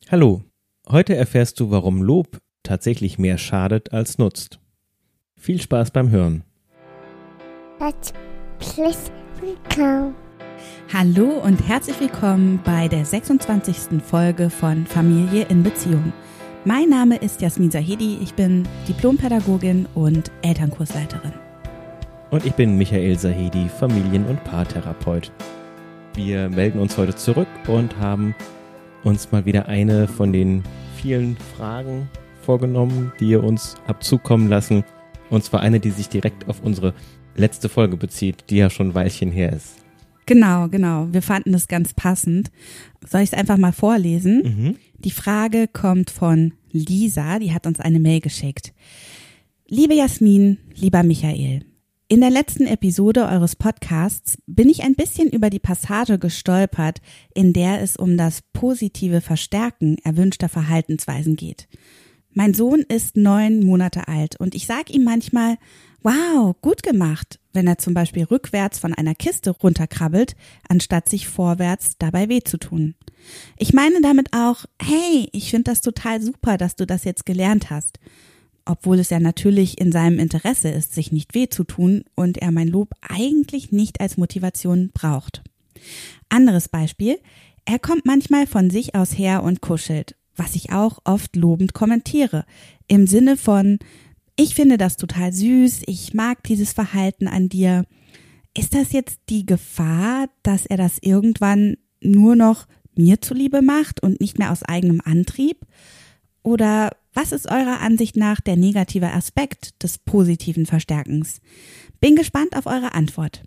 Hallo, heute erfährst du, warum Lob tatsächlich mehr schadet als nutzt. Viel Spaß beim Hören. Hallo und herzlich willkommen bei der 26. Folge von Familie in Beziehung. Mein Name ist Jasmin Zahedi, ich bin Diplompädagogin und Elternkursleiterin. Und ich bin Michael Zahedi, Familien- und Paartherapeut. Wir melden uns heute zurück und haben uns mal wieder eine von den vielen Fragen vorgenommen, die ihr uns habt zukommen lassen. Und zwar eine, die sich direkt auf unsere letzte Folge bezieht, die ja schon ein Weilchen her ist. Genau. Wir fanden das ganz passend. Soll ich es einfach mal vorlesen? Mhm. Die Frage kommt von Lisa, die hat uns eine Mail geschickt. Liebe Jasmin, lieber Michael, in der letzten Episode eures Podcasts bin ich ein bisschen über die Passage gestolpert, in der es um das positive Verstärken erwünschter Verhaltensweisen geht. Mein Sohn ist 9 Monate alt und ich sage ihm manchmal, wow, gut gemacht, wenn er zum Beispiel rückwärts von einer Kiste runterkrabbelt, anstatt sich vorwärts dabei weh zu tun. Ich meine damit auch, hey, ich finde das total super, dass du das jetzt gelernt hast. Obwohl es ja natürlich in seinem Interesse ist, sich nicht weh zu tun und er mein Lob eigentlich nicht als Motivation braucht. Anderes Beispiel, er kommt manchmal von sich aus her und kuschelt, was ich auch oft lobend kommentiere, im Sinne von, ich finde das total süß, ich mag dieses Verhalten an dir. Ist das jetzt die Gefahr, dass er das irgendwann nur noch mir zuliebe macht und nicht mehr aus eigenem Antrieb? Oder was ist eurer Ansicht nach der negative Aspekt des positiven Verstärkens? Bin gespannt auf eure Antwort.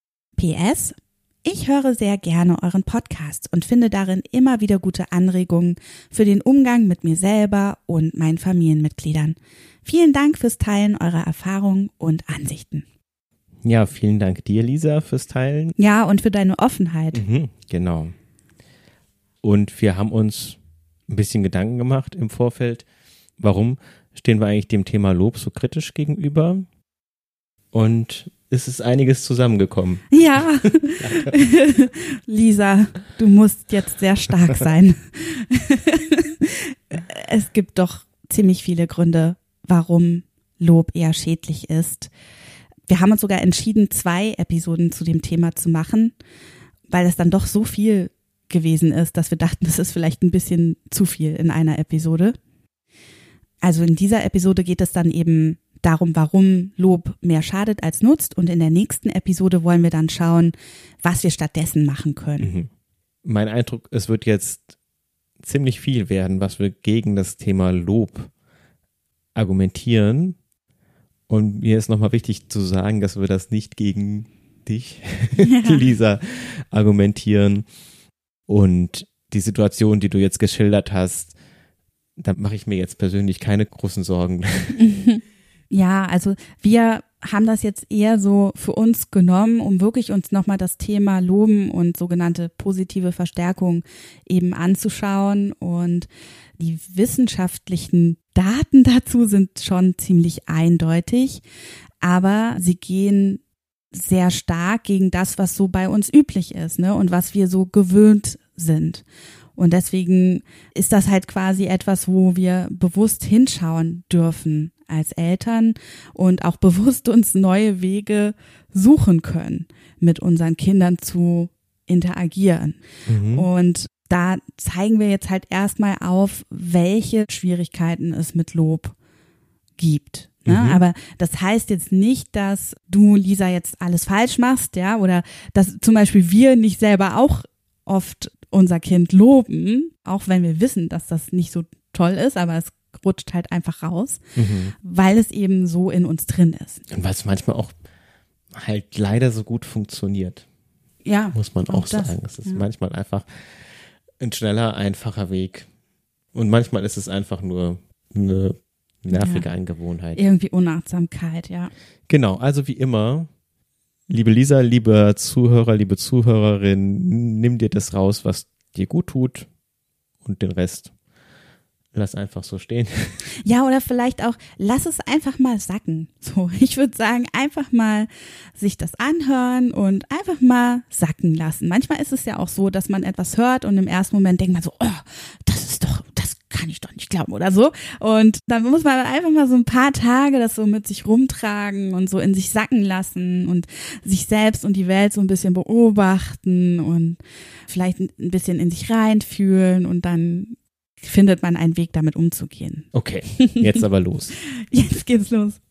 PS: Ich höre sehr gerne euren Podcast und finde darin immer wieder gute Anregungen für den Umgang mit mir selber und meinen Familienmitgliedern. Vielen Dank fürs Teilen eurer Erfahrungen und Ansichten. Ja, vielen Dank dir, Lisa, fürs Teilen. Ja, und für deine Offenheit. Genau. Und wir haben uns ein bisschen Gedanken gemacht im Vorfeld. Warum stehen wir eigentlich dem Thema Lob so kritisch gegenüber? Und es ist einiges zusammengekommen. Ja, Lisa, du musst jetzt sehr stark sein. Es gibt doch ziemlich viele Gründe, warum Lob eher schädlich ist. Wir haben uns sogar entschieden, 2 Episoden zu dem Thema zu machen, weil es dann doch so viel gewesen ist, dass wir dachten, das ist vielleicht ein bisschen zu viel in einer Episode. Also in dieser Episode geht es dann eben darum, warum Lob mehr schadet als nutzt, und in der nächsten Episode wollen wir dann schauen, was wir stattdessen machen können. Mein Eindruck, es wird jetzt ziemlich viel werden, was wir gegen das Thema Lob argumentieren, und mir ist nochmal wichtig zu sagen, dass wir das nicht gegen dich, Lisa, argumentieren. Und die Situation, die du jetzt geschildert hast, da mache ich mir jetzt persönlich keine großen Sorgen. Ja, also wir haben das jetzt eher so für uns genommen, um wirklich uns nochmal das Thema Loben und sogenannte positive Verstärkung eben anzuschauen. Und die wissenschaftlichen Daten dazu sind schon ziemlich eindeutig, aber sie gehen sehr stark gegen das, was so bei uns üblich ist, ne, und was wir so gewöhnt sind. Und deswegen ist das halt quasi etwas, wo wir bewusst hinschauen dürfen als Eltern und auch bewusst uns neue Wege suchen können, mit unseren Kindern zu interagieren. Und da zeigen wir jetzt halt erstmal auf, welche Schwierigkeiten es mit Lob gibt. Ne? Aber das heißt jetzt nicht, dass du, Lisa, jetzt alles falsch machst, ja, oder dass zum Beispiel wir nicht selber auch oft unser Kind loben, auch wenn wir wissen, dass das nicht so toll ist, aber es rutscht halt einfach raus, weil es eben so in uns drin ist. Und weil es manchmal auch halt leider so gut funktioniert. Ja, muss man auch sagen. Es ist manchmal einfach ein schneller, einfacher Weg. Und manchmal ist es einfach nur eine nervige Angewohnheit. Irgendwie Unachtsamkeit, ja. Genau, also wie immer, liebe Lisa, liebe Zuhörer, liebe Zuhörerin, nimm dir das raus, was dir gut tut, und den Rest lass einfach so stehen. Ja, oder vielleicht auch, lass es einfach mal sacken. So, ich würde sagen, einfach mal sich das anhören und einfach mal sacken lassen. Manchmal ist es ja auch so, dass man etwas hört und im ersten Moment denkt man so, oh, das kann ich doch nicht glauben oder so. Und dann muss man einfach mal so ein paar Tage das so mit sich rumtragen und so in sich sacken lassen und sich selbst und die Welt so ein bisschen beobachten und vielleicht ein bisschen in sich reinfühlen und dann findet man einen Weg, damit umzugehen. Okay, jetzt aber los. Jetzt geht's los.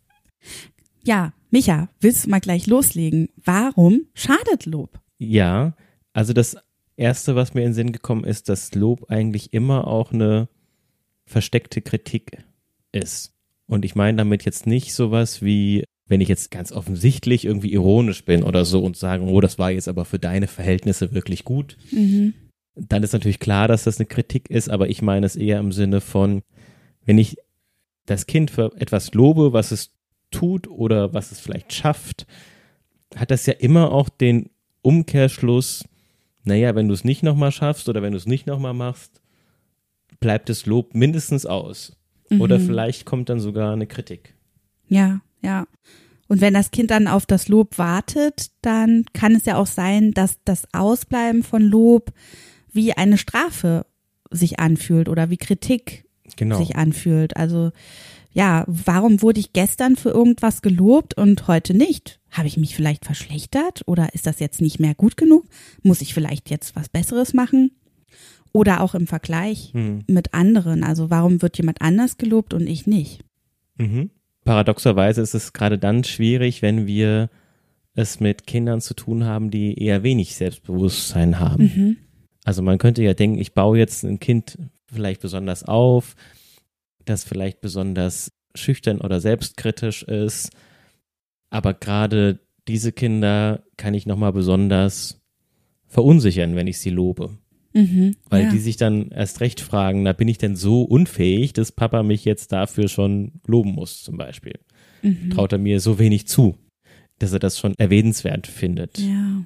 Ja, Micha, willst du mal gleich loslegen? Warum schadet Lob? Ja, also das Erste, was mir in den Sinn gekommen ist, dass Lob eigentlich immer auch eine versteckte Kritik ist. Und ich meine damit jetzt nicht sowas wie, wenn ich jetzt ganz offensichtlich irgendwie ironisch bin oder so und sage, oh, das war jetzt aber für deine Verhältnisse wirklich gut. Dann ist natürlich klar, dass das eine Kritik ist, aber ich meine es eher im Sinne von, wenn ich das Kind für etwas lobe, was es tut oder was es vielleicht schafft, hat das ja immer auch den Umkehrschluss, naja, wenn du es nicht nochmal schaffst oder wenn du es nicht nochmal machst, bleibt das Lob mindestens aus. Oder vielleicht kommt dann sogar eine Kritik. Ja, ja. Und wenn das Kind dann auf das Lob wartet, dann kann es ja auch sein, dass das Ausbleiben von Lob wie eine Strafe sich anfühlt oder wie Kritik sich anfühlt. Also ja, warum wurde ich gestern für irgendwas gelobt und heute nicht? Habe ich mich vielleicht verschlechtert oder ist das jetzt nicht mehr gut genug? Muss ich vielleicht jetzt was Besseres machen? Oder auch im Vergleich mit anderen. Also warum wird jemand anders gelobt und ich nicht? Paradoxerweise ist es gerade dann schwierig, wenn wir es mit Kindern zu tun haben, die eher wenig Selbstbewusstsein haben. Also man könnte ja denken, ich baue jetzt ein Kind vielleicht besonders auf, das vielleicht besonders schüchtern oder selbstkritisch ist, aber gerade diese Kinder kann ich nochmal besonders verunsichern, wenn ich sie lobe. Weil die sich dann erst recht fragen, na, bin ich denn so unfähig, dass Papa mich jetzt dafür schon loben muss zum Beispiel? Traut er mir so wenig zu, dass er das schon erwähnenswert findet? Ja.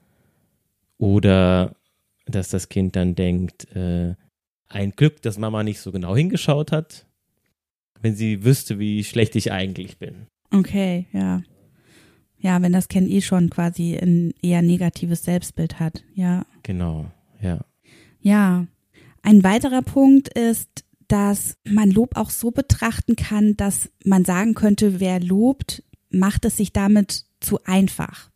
Oder dass das Kind dann denkt, ein Glück, dass Mama nicht so genau hingeschaut hat, wenn sie wüsste, wie schlecht ich eigentlich bin. Okay, ja. Ja, wenn das Kind schon quasi ein eher negatives Selbstbild hat, ja. Genau, ja. Ja, ein weiterer Punkt ist, dass man Lob auch so betrachten kann, dass man sagen könnte, wer lobt, macht es sich damit zu einfach.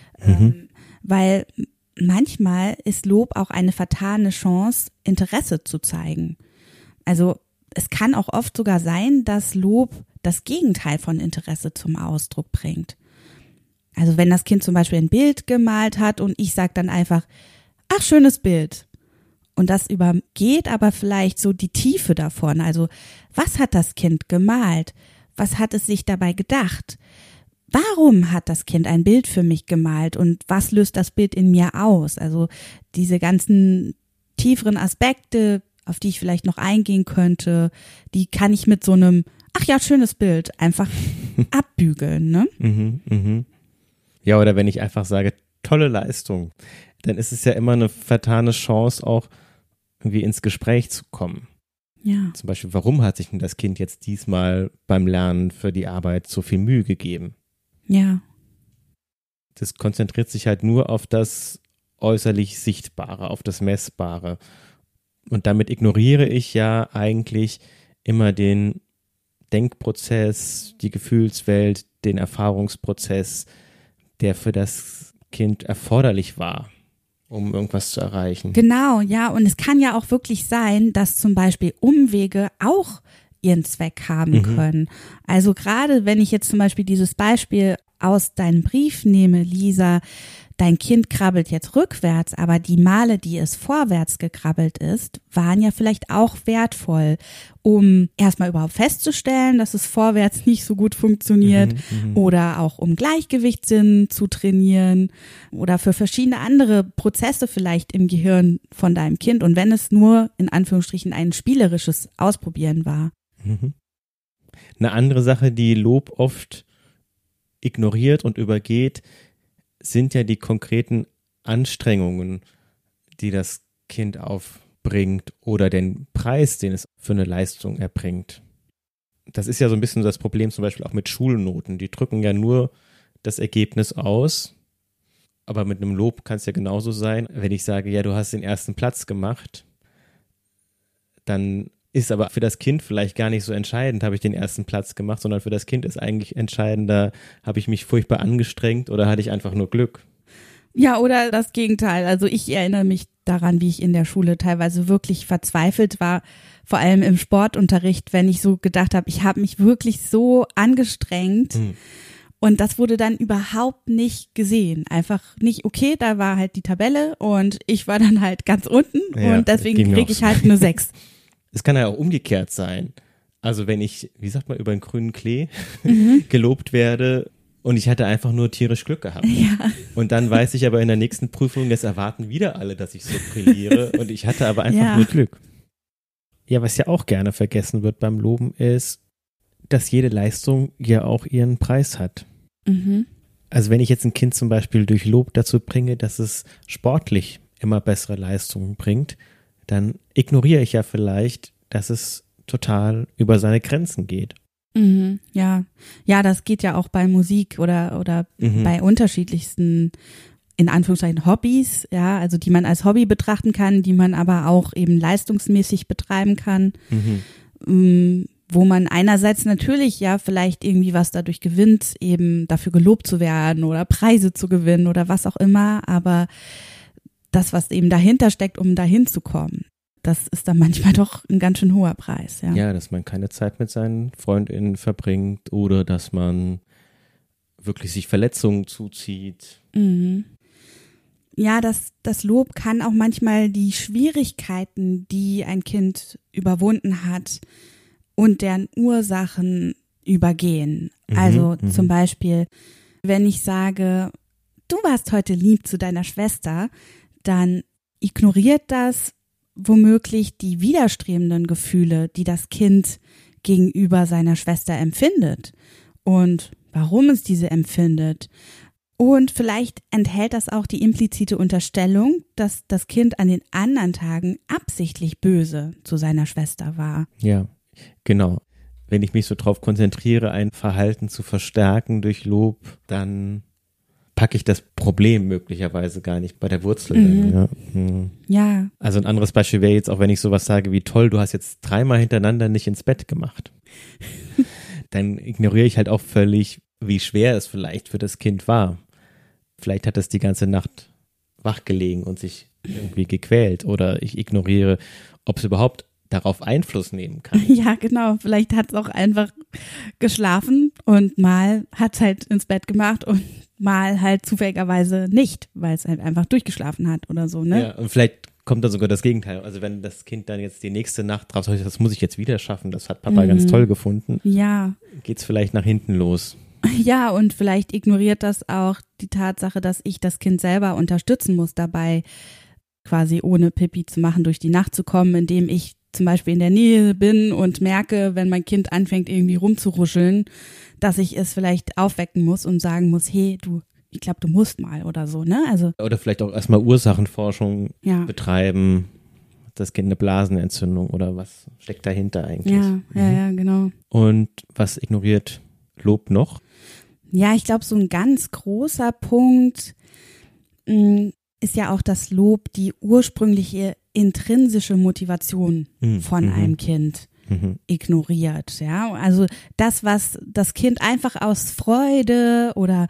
Weil manchmal ist Lob auch eine vertane Chance, Interesse zu zeigen. Also es kann auch oft sogar sein, dass Lob das Gegenteil von Interesse zum Ausdruck bringt. Also wenn das Kind zum Beispiel ein Bild gemalt hat und ich sage dann einfach, ach, schönes Bild. Und das übergeht aber vielleicht so die Tiefe davon. Also was hat das Kind gemalt? Was hat es sich dabei gedacht? Warum hat das Kind ein Bild für mich gemalt und was löst das Bild in mir aus? Also diese ganzen tieferen Aspekte, auf die ich vielleicht noch eingehen könnte, die kann ich mit so einem, ach ja, schönes Bild, einfach abbügeln, ne? Ja, oder wenn ich einfach sage, tolle Leistung, dann ist es ja immer eine vertane Chance, auch irgendwie ins Gespräch zu kommen. Ja. Zum Beispiel, warum hat sich denn das Kind jetzt diesmal beim Lernen für die Arbeit so viel Mühe gegeben? Ja. Das konzentriert sich halt nur auf das äußerlich Sichtbare, auf das Messbare. Und damit ignoriere ich ja eigentlich immer den Denkprozess, die Gefühlswelt, den Erfahrungsprozess, der für das Kind erforderlich war, um irgendwas zu erreichen. Genau, ja. Und es kann ja auch wirklich sein, dass zum Beispiel Umwege auch ihren Zweck haben können. Also gerade wenn ich jetzt zum Beispiel dieses Beispiel aus deinem Brief nehme, Lisa, dein Kind krabbelt jetzt rückwärts, aber die Male, die es vorwärts gekrabbelt ist, waren ja vielleicht auch wertvoll, um erstmal überhaupt festzustellen, dass es vorwärts nicht so gut funktioniert oder auch um Gleichgewichtssinn zu trainieren oder für verschiedene andere Prozesse vielleicht im Gehirn von deinem Kind und wenn es nur in Anführungsstrichen ein spielerisches Ausprobieren war. Eine andere Sache, die Lob oft ignoriert und übergeht, sind ja die konkreten Anstrengungen, die das Kind aufbringt oder den Preis, den es für eine Leistung erbringt. Das ist ja so ein bisschen das Problem zum Beispiel auch mit Schulnoten. Die drücken ja nur das Ergebnis aus, aber mit einem Lob kann es ja genauso sein. Wenn ich sage, ja, du hast den ersten Platz gemacht, dann ist aber für das Kind vielleicht gar nicht so entscheidend, habe ich den ersten Platz gemacht, sondern für das Kind ist eigentlich entscheidender, habe ich mich furchtbar angestrengt oder hatte ich einfach nur Glück? Ja, oder das Gegenteil. Also ich erinnere mich daran, wie ich in der Schule teilweise wirklich verzweifelt war, vor allem im Sportunterricht, wenn ich so gedacht habe, ich habe mich wirklich so angestrengt. Und das wurde dann überhaupt nicht gesehen. Einfach nicht, okay, da war halt die Tabelle und ich war dann halt ganz unten und deswegen kriege ich halt eine 6. Es kann ja auch umgekehrt sein. Also wenn ich, wie sagt man, über den grünen Klee gelobt werde und ich hatte einfach nur tierisch Glück gehabt. Ja. Und dann weiß ich aber in der nächsten Prüfung, jetzt erwarten wieder alle, dass ich so brilliere und ich hatte aber einfach nur Glück. Ja, was ja auch gerne vergessen wird beim Loben ist, dass jede Leistung ja auch ihren Preis hat. Also wenn ich jetzt ein Kind zum Beispiel durch Lob dazu bringe, dass es sportlich immer bessere Leistungen bringt, dann ignoriere ich ja vielleicht, dass es total über seine Grenzen geht. Ja, das geht ja auch bei Musik oder bei unterschiedlichsten, in Anführungszeichen, Hobbys, ja, also die man als Hobby betrachten kann, die man aber auch eben leistungsmäßig betreiben kann, wo man einerseits natürlich ja vielleicht irgendwie was dadurch gewinnt, eben dafür gelobt zu werden oder Preise zu gewinnen oder was auch immer, aber das, was eben dahinter steckt, um dahin zu kommen, das ist dann manchmal doch ein ganz schön hoher Preis. Ja, dass man keine Zeit mit seinen FreundInnen verbringt oder dass man wirklich sich Verletzungen zuzieht. Ja, das Lob kann auch manchmal die Schwierigkeiten, die ein Kind überwunden hat und deren Ursachen übergehen. Also zum Beispiel, wenn ich sage, du warst heute lieb zu deiner Schwester, dann ignoriert das womöglich die widerstrebenden Gefühle, die das Kind gegenüber seiner Schwester empfindet und warum es diese empfindet. Und vielleicht enthält das auch die implizite Unterstellung, dass das Kind an den anderen Tagen absichtlich böse zu seiner Schwester war. Ja, genau. Wenn ich mich so drauf konzentriere, ein Verhalten zu verstärken durch Lob, dann packe ich das Problem möglicherweise gar nicht bei der Wurzel. Ja. Also ein anderes Beispiel wäre jetzt auch, wenn ich sowas sage wie, toll, du hast jetzt 3-mal hintereinander nicht ins Bett gemacht. Dann ignoriere ich halt auch völlig, wie schwer es vielleicht für das Kind war. Vielleicht hat es die ganze Nacht wach gelegen und sich irgendwie gequält oder ich ignoriere, ob es überhaupt darauf Einfluss nehmen kann. Ja, genau. Vielleicht hat es auch einfach geschlafen und mal hat es halt ins Bett gemacht und mal halt zufälligerweise nicht, weil es halt einfach durchgeschlafen hat oder so, ne? Ja, und vielleicht kommt dann sogar das Gegenteil. Also wenn das Kind dann jetzt die nächste Nacht drauf sagt, das muss ich jetzt wieder schaffen, das hat Papa ganz toll gefunden. Ja. Geht's vielleicht nach hinten los. Ja, und vielleicht ignoriert das auch die Tatsache, dass ich das Kind selber unterstützen muss dabei, quasi ohne Pipi zu machen, durch die Nacht zu kommen, indem ich zum Beispiel in der Nähe bin und merke, wenn mein Kind anfängt irgendwie rumzuruscheln, dass ich es vielleicht aufwecken muss und sagen muss, hey, ich glaube, du musst mal oder so, ne? Also oder vielleicht auch erstmal Ursachenforschung betreiben. Hat das Kind eine Blasenentzündung oder was steckt dahinter eigentlich? Ja, genau. Und was ignoriert Lob noch? Ja, ich glaube, so ein ganz großer Punkt ist ja auch das Lob, die ursprüngliche intrinsische Motivation von einem Kind ignoriert, ja. Also das, was das Kind einfach aus Freude oder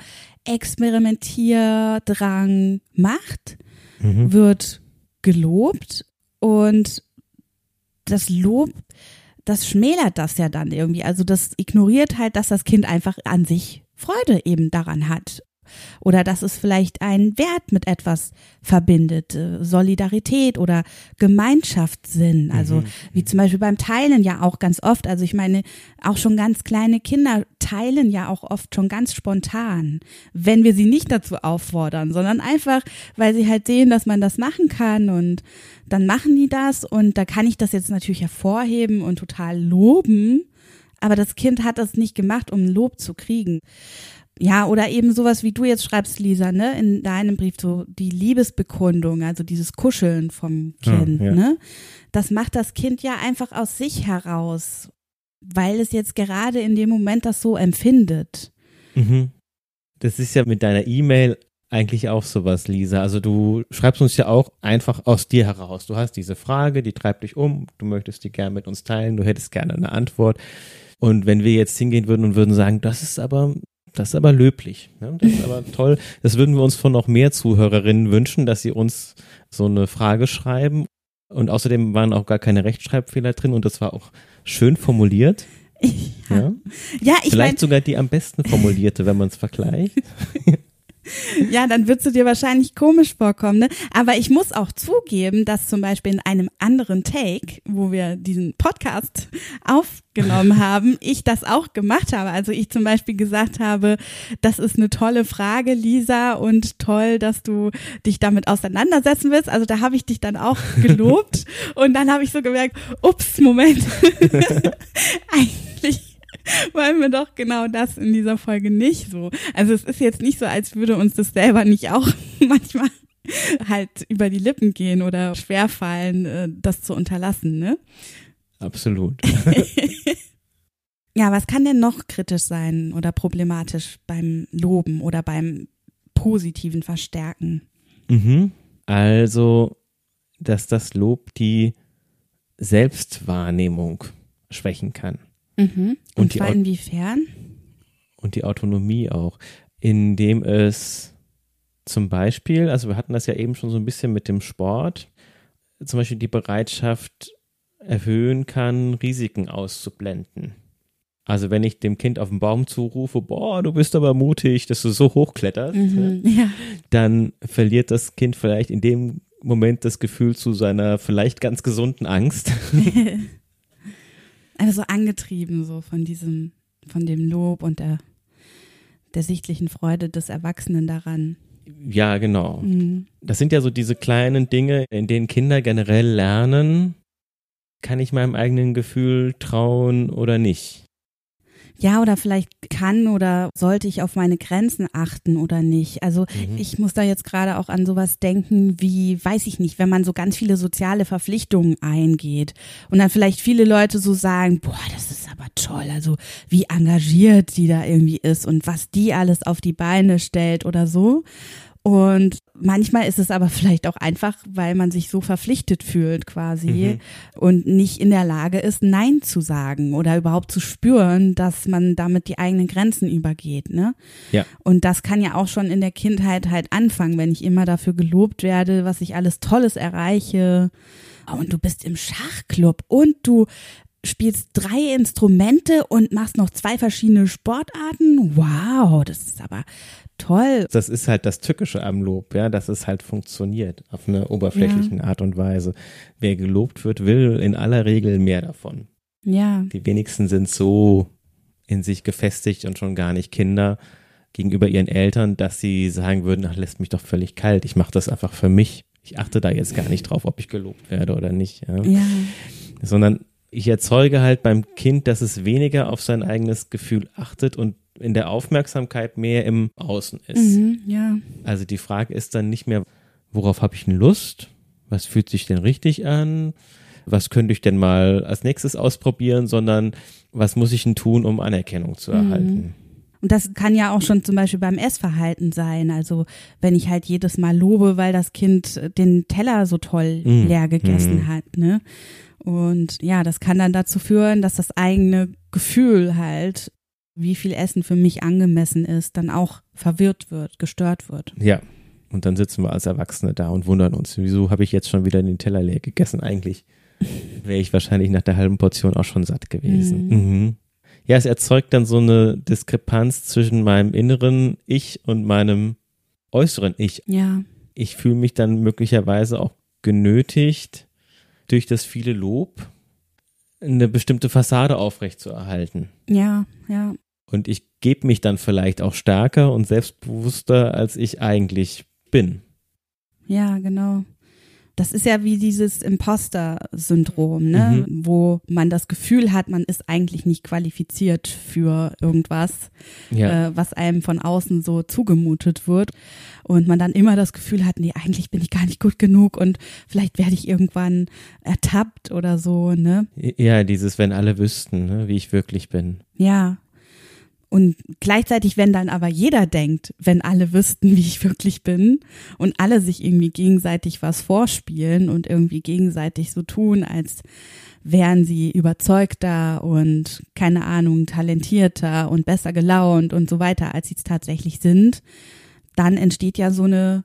Experimentierdrang macht, wird gelobt und das Lob, das schmälert das ja dann irgendwie. Also das ignoriert halt, dass das Kind einfach an sich Freude eben daran hat. Oder dass es vielleicht einen Wert mit etwas verbindet, Solidarität oder Gemeinschaftssinn, also wie zum Beispiel beim Teilen ja auch ganz oft, also ich meine, auch schon ganz kleine Kinder teilen ja auch oft schon ganz spontan, wenn wir sie nicht dazu auffordern, sondern einfach, weil sie halt sehen, dass man das machen kann und dann machen die das und da kann ich das jetzt natürlich hervorheben und total loben, aber das Kind hat das nicht gemacht, um Lob zu kriegen. Ja, oder eben sowas, wie du jetzt schreibst, Lisa, ne, in deinem Brief, so die Liebesbekundung, also dieses Kuscheln vom Kind, ne, das macht das Kind ja einfach aus sich heraus, weil es jetzt gerade in dem Moment das so empfindet. Das ist ja mit deiner E-Mail eigentlich auch sowas, Lisa. Also du schreibst uns ja auch einfach aus dir heraus. Du hast diese Frage, die treibt dich um, du möchtest die gerne mit uns teilen, du hättest gerne eine Antwort. Und wenn wir jetzt hingehen würden und würden sagen, das ist aber löblich, ja, das ist aber toll, das würden wir uns von noch mehr Zuhörerinnen wünschen, dass sie uns so eine Frage schreiben. Und außerdem waren auch gar keine Rechtschreibfehler drin und das war auch schön formuliert. Ja, ich vielleicht sogar die am besten formulierte, wenn man es vergleicht. Ja, dann würdest du dir wahrscheinlich komisch vorkommen, ne? Aber ich muss auch zugeben, dass zum Beispiel in einem anderen Take, wo wir diesen Podcast aufgenommen haben, ich das auch gemacht habe. Also ich zum Beispiel gesagt habe, das ist eine tolle Frage, Lisa, und toll, dass du dich damit auseinandersetzen willst. Also da habe ich dich dann auch gelobt und dann habe ich so gemerkt, ups, Moment, eigentlich wollen wir doch genau das in dieser Folge nicht so. Also es ist jetzt nicht so, als würde uns das selber nicht auch manchmal halt über die Lippen gehen oder schwerfallen, das zu unterlassen, ne? Absolut. Ja, was kann denn noch kritisch sein oder problematisch beim Loben oder beim positiven Verstärken? Also, dass das Lob die Selbstwahrnehmung schwächen kann. Und zwar inwiefern? Und die Autonomie auch, indem es zum Beispiel, also wir hatten das ja eben schon so ein bisschen mit dem Sport, zum Beispiel die Bereitschaft erhöhen kann, Risiken auszublenden. Also wenn ich dem Kind auf den Baum zurufe, boah, du bist aber mutig, dass du so hochkletterst, Ja. dann verliert das Kind vielleicht in dem Moment das Gefühl zu seiner vielleicht ganz gesunden Angst. Also angetrieben so von dem Lob und der sichtlichen Freude des Erwachsenen daran. Ja, genau. Das sind ja so diese kleinen Dinge, in denen Kinder generell lernen, kann ich meinem eigenen Gefühl trauen oder nicht? Ja, oder vielleicht kann oder sollte ich auf meine Grenzen achten oder nicht. Also ich muss da jetzt gerade auch an sowas denken wie, weiß ich nicht, wenn man so ganz viele soziale Verpflichtungen eingeht und dann vielleicht viele Leute so sagen, boah, das ist aber toll, also wie engagiert die da irgendwie ist und was die alles auf die Beine stellt oder so. Und manchmal ist es aber vielleicht auch einfach, weil man sich so verpflichtet fühlt quasi und nicht in der Lage ist, Nein zu sagen oder überhaupt zu spüren, dass man damit die eigenen Grenzen übergeht, ne? Ja. Und das kann ja auch schon in der Kindheit halt anfangen, wenn ich immer dafür gelobt werde, was ich alles Tolles erreiche. Oh, und du bist im Schachclub und du spielst 3 Instrumente und machst noch 2 verschiedene Sportarten. Wow, das ist aber toll. Das ist halt das Tückische am Lob, ja, dass es halt funktioniert auf einer oberflächlichen Art und Weise. Wer gelobt wird, will in aller Regel mehr davon. Ja. Die wenigsten sind so in sich gefestigt und schon gar nicht Kinder gegenüber ihren Eltern, dass sie sagen würden, ach, lässt mich doch völlig kalt, ich mache das einfach für mich. Ich achte da jetzt gar nicht drauf, ob ich gelobt werde oder nicht. Ja. Sondern ich erzeuge halt beim Kind, dass es weniger auf sein eigenes Gefühl achtet und in der Aufmerksamkeit mehr im Außen ist. Ja. Also die Frage ist dann nicht mehr, worauf habe ich denn Lust? Was fühlt sich denn richtig an? Was könnte ich denn mal als nächstes ausprobieren? Sondern was muss ich denn tun, um Anerkennung zu erhalten? Und das kann ja auch schon zum Beispiel beim Essverhalten sein. Also wenn ich halt jedes Mal lobe, weil das Kind den Teller so toll leer gegessen hat, ne? Und ja, das kann dann dazu führen, dass das eigene Gefühl halt, wie viel Essen für mich angemessen ist, dann auch verwirrt wird, gestört wird. Ja, und dann sitzen wir als Erwachsene da und wundern uns, wieso habe ich jetzt schon wieder den Teller leer gegessen? Eigentlich wäre ich wahrscheinlich nach der halben Portion auch schon satt gewesen. Ja, es erzeugt dann so eine Diskrepanz zwischen meinem inneren Ich und meinem äußeren Ich. Ja. Ich fühle mich dann möglicherweise auch genötigt, durch das viele Lob eine bestimmte Fassade aufrechtzuerhalten. Ja, ja. Und ich gebe mich dann vielleicht auch stärker und selbstbewusster, als ich eigentlich bin. Ja, genau. Das ist ja wie dieses Imposter-Syndrom, ne? Wo man das Gefühl hat, man ist eigentlich nicht qualifiziert für irgendwas, was einem von außen so zugemutet wird. Und man dann immer das Gefühl hat, nee, eigentlich bin ich gar nicht gut genug und vielleicht werde ich irgendwann ertappt oder so, ne? Ja, dieses, wenn alle wüssten, ne, wie ich wirklich bin. Ja. Und gleichzeitig, wenn dann aber jeder denkt, wenn alle wüssten, wie ich wirklich bin und alle sich irgendwie gegenseitig was vorspielen und irgendwie gegenseitig so tun, als wären sie überzeugter und, keine Ahnung, talentierter und besser gelaunt und so weiter, als sie es tatsächlich sind, dann entsteht ja so eine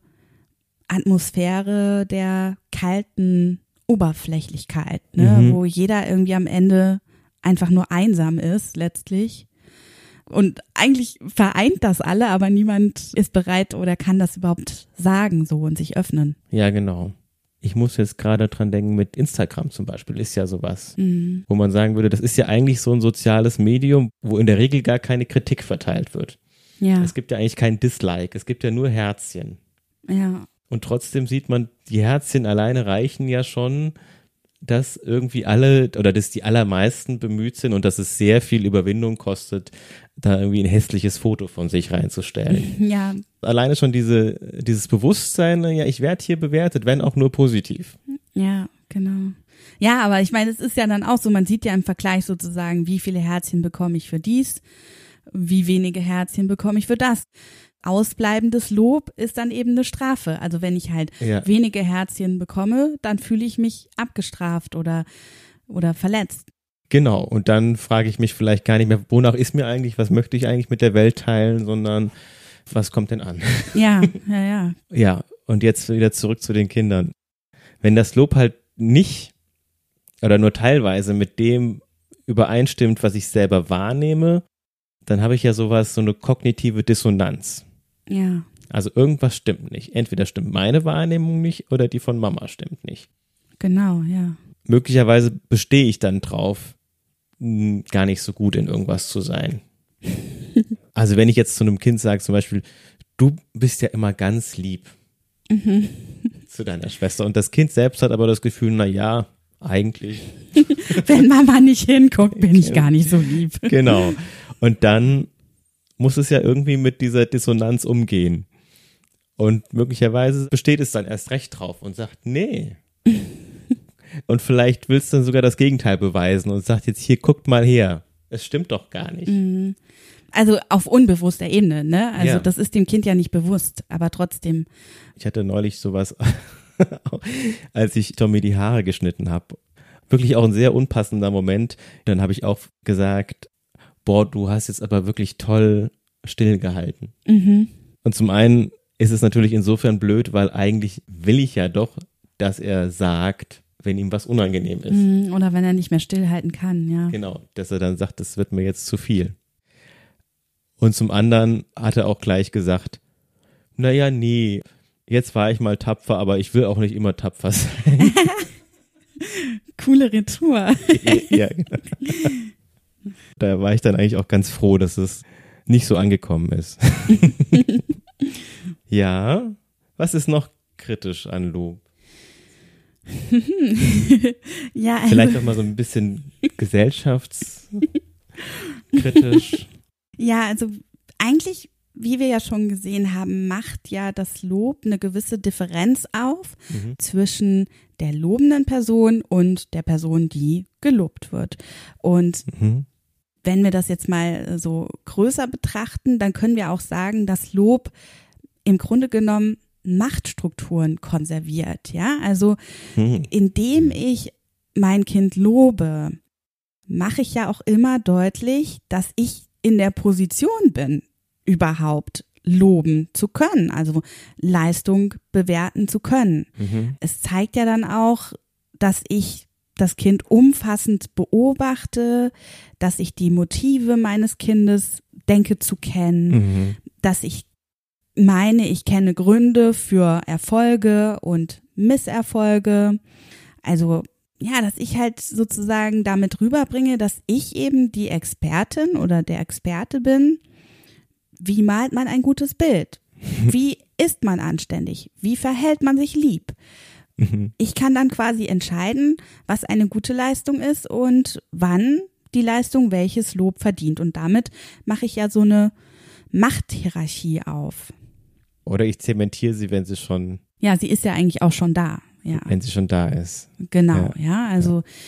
Atmosphäre der kalten Oberflächlichkeit, ne? Wo jeder irgendwie am Ende einfach nur einsam ist, letztlich. Und eigentlich vereint das alle, aber niemand ist bereit oder kann das überhaupt sagen so und sich öffnen. Ja, genau. Ich muss jetzt gerade dran denken, mit Instagram zum Beispiel ist ja sowas, wo man sagen würde, das ist ja eigentlich so ein soziales Medium, wo in der Regel gar keine Kritik verteilt wird. Ja. Es gibt ja eigentlich kein Dislike, es gibt ja nur Herzchen. Ja. Und trotzdem sieht man, die Herzchen alleine reichen ja schon, dass irgendwie alle oder dass die allermeisten bemüht sind und dass es sehr viel Überwindung kostet, da irgendwie ein hässliches Foto von sich reinzustellen. Ja. Alleine schon dieses Bewusstsein, ja, ich werde hier bewertet, wenn auch nur positiv. Ja, genau. Ja, aber ich meine, es ist ja dann auch so, man sieht ja im Vergleich sozusagen, wie viele Herzchen bekomme ich für dies, wie wenige Herzchen bekomme ich für das. Ausbleibendes Lob ist dann eben eine Strafe. Also wenn ich halt wenige Herzchen bekomme, dann fühle ich mich abgestraft oder verletzt. Genau, und dann frage ich mich vielleicht gar nicht mehr, wonach ist mir eigentlich, was möchte ich eigentlich mit der Welt teilen, sondern was kommt denn an? Ja. Ja, und jetzt wieder zurück zu den Kindern. Wenn das Lob halt nicht oder nur teilweise mit dem übereinstimmt, was ich selber wahrnehme, dann habe ich ja so eine kognitive Dissonanz. Ja. Also irgendwas stimmt nicht. Entweder stimmt meine Wahrnehmung nicht oder die von Mama stimmt nicht. Genau, ja. Möglicherweise bestehe ich dann drauf, gar nicht so gut in irgendwas zu sein. Also wenn ich jetzt zu einem Kind sage zum Beispiel, du bist ja immer ganz lieb zu deiner Schwester und das Kind selbst hat aber das Gefühl, na ja, eigentlich. Wenn Mama nicht hinguckt, bin ich gar nicht so lieb. Genau. Und dann muss es ja irgendwie mit dieser Dissonanz umgehen. Und möglicherweise besteht es dann erst recht drauf und sagt, nee. Und vielleicht willst du dann sogar das Gegenteil beweisen und sagt jetzt, hier, guckt mal her. Es stimmt doch gar nicht. Also auf unbewusster Ebene, ne? Also das ist dem Kind ja nicht bewusst, aber trotzdem. Ich hatte neulich sowas, als ich Tommy die Haare geschnitten habe. Wirklich auch ein sehr unpassender Moment. Dann habe ich auch gesagt, boah, du hast jetzt aber wirklich toll stillgehalten. Und zum einen ist es natürlich insofern blöd, weil eigentlich will ich ja doch, dass er sagt, wenn ihm was unangenehm ist. Oder wenn er nicht mehr stillhalten kann, ja. Genau, dass er dann sagt, das wird mir jetzt zu viel. Und zum anderen hat er auch gleich gesagt, naja, nee, jetzt war ich mal tapfer, aber ich will auch nicht immer tapfer sein. Coole Retour. Ja, genau. Da war ich dann eigentlich auch ganz froh, dass es nicht so angekommen ist. Ja, was ist noch kritisch an Lob? Ja, also Vielleicht auch mal so ein bisschen gesellschaftskritisch. Ja, also eigentlich, wie wir ja schon gesehen haben, macht ja das Lob eine gewisse Differenz auf zwischen der lobenden Person und der Person, die gelobt wird. Und wenn wir das jetzt mal so größer betrachten, dann können wir auch sagen, dass Lob im Grunde genommen Machtstrukturen konserviert, ja? Also indem ich mein Kind lobe, mache ich ja auch immer deutlich, dass ich in der Position bin, überhaupt loben zu können, also Leistung bewerten zu können. Es zeigt ja dann auch, dass ich das Kind umfassend beobachte, dass ich die Motive meines Kindes denke zu kennen, dass ich meine, ich kenne Gründe für Erfolge und Misserfolge. Also ja, dass ich halt sozusagen damit rüberbringe, dass ich eben die Expertin oder der Experte bin. Wie malt man ein gutes Bild? Wie ist man anständig? Wie verhält man sich lieb? Ich kann dann quasi entscheiden, was eine gute Leistung ist und wann die Leistung welches Lob verdient. Und damit mache ich ja so eine Machthierarchie auf. Oder ich zementiere sie, wenn sie schon. Ja, sie ist ja eigentlich auch schon da. Ja. Wenn sie schon da ist. Genau, ja, also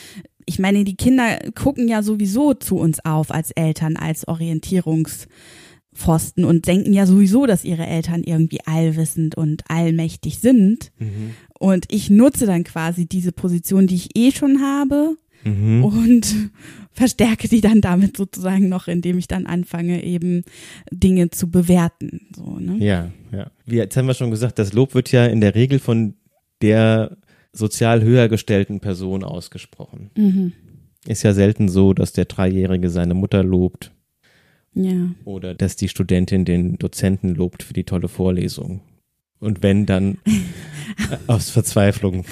Ich meine, die Kinder gucken ja sowieso zu uns auf als Eltern, als Orientierungspfosten und denken ja sowieso, dass ihre Eltern irgendwie allwissend und allmächtig sind. Und ich nutze dann quasi diese Position, die ich schon habe und verstärke die dann damit sozusagen noch, indem ich dann anfange, eben Dinge zu bewerten. So, ne? Ja. Jetzt haben wir schon gesagt, das Lob wird ja in der Regel von der sozial höher gestellten Person ausgesprochen. Ist ja selten so, dass der Dreijährige seine Mutter lobt. Ja. Oder dass die Studentin den Dozenten lobt für die tolle Vorlesung. Und wenn, dann aus Verzweiflung.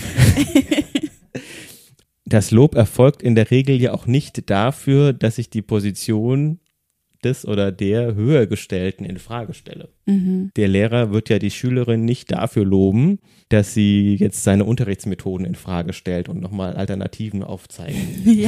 Das Lob erfolgt in der Regel ja auch nicht dafür, dass ich die Position des oder der Höhergestellten in Frage stelle. Der Lehrer wird ja die Schülerin nicht dafür loben, dass sie jetzt seine Unterrichtsmethoden in Frage stellt und nochmal Alternativen aufzeigt. Ja.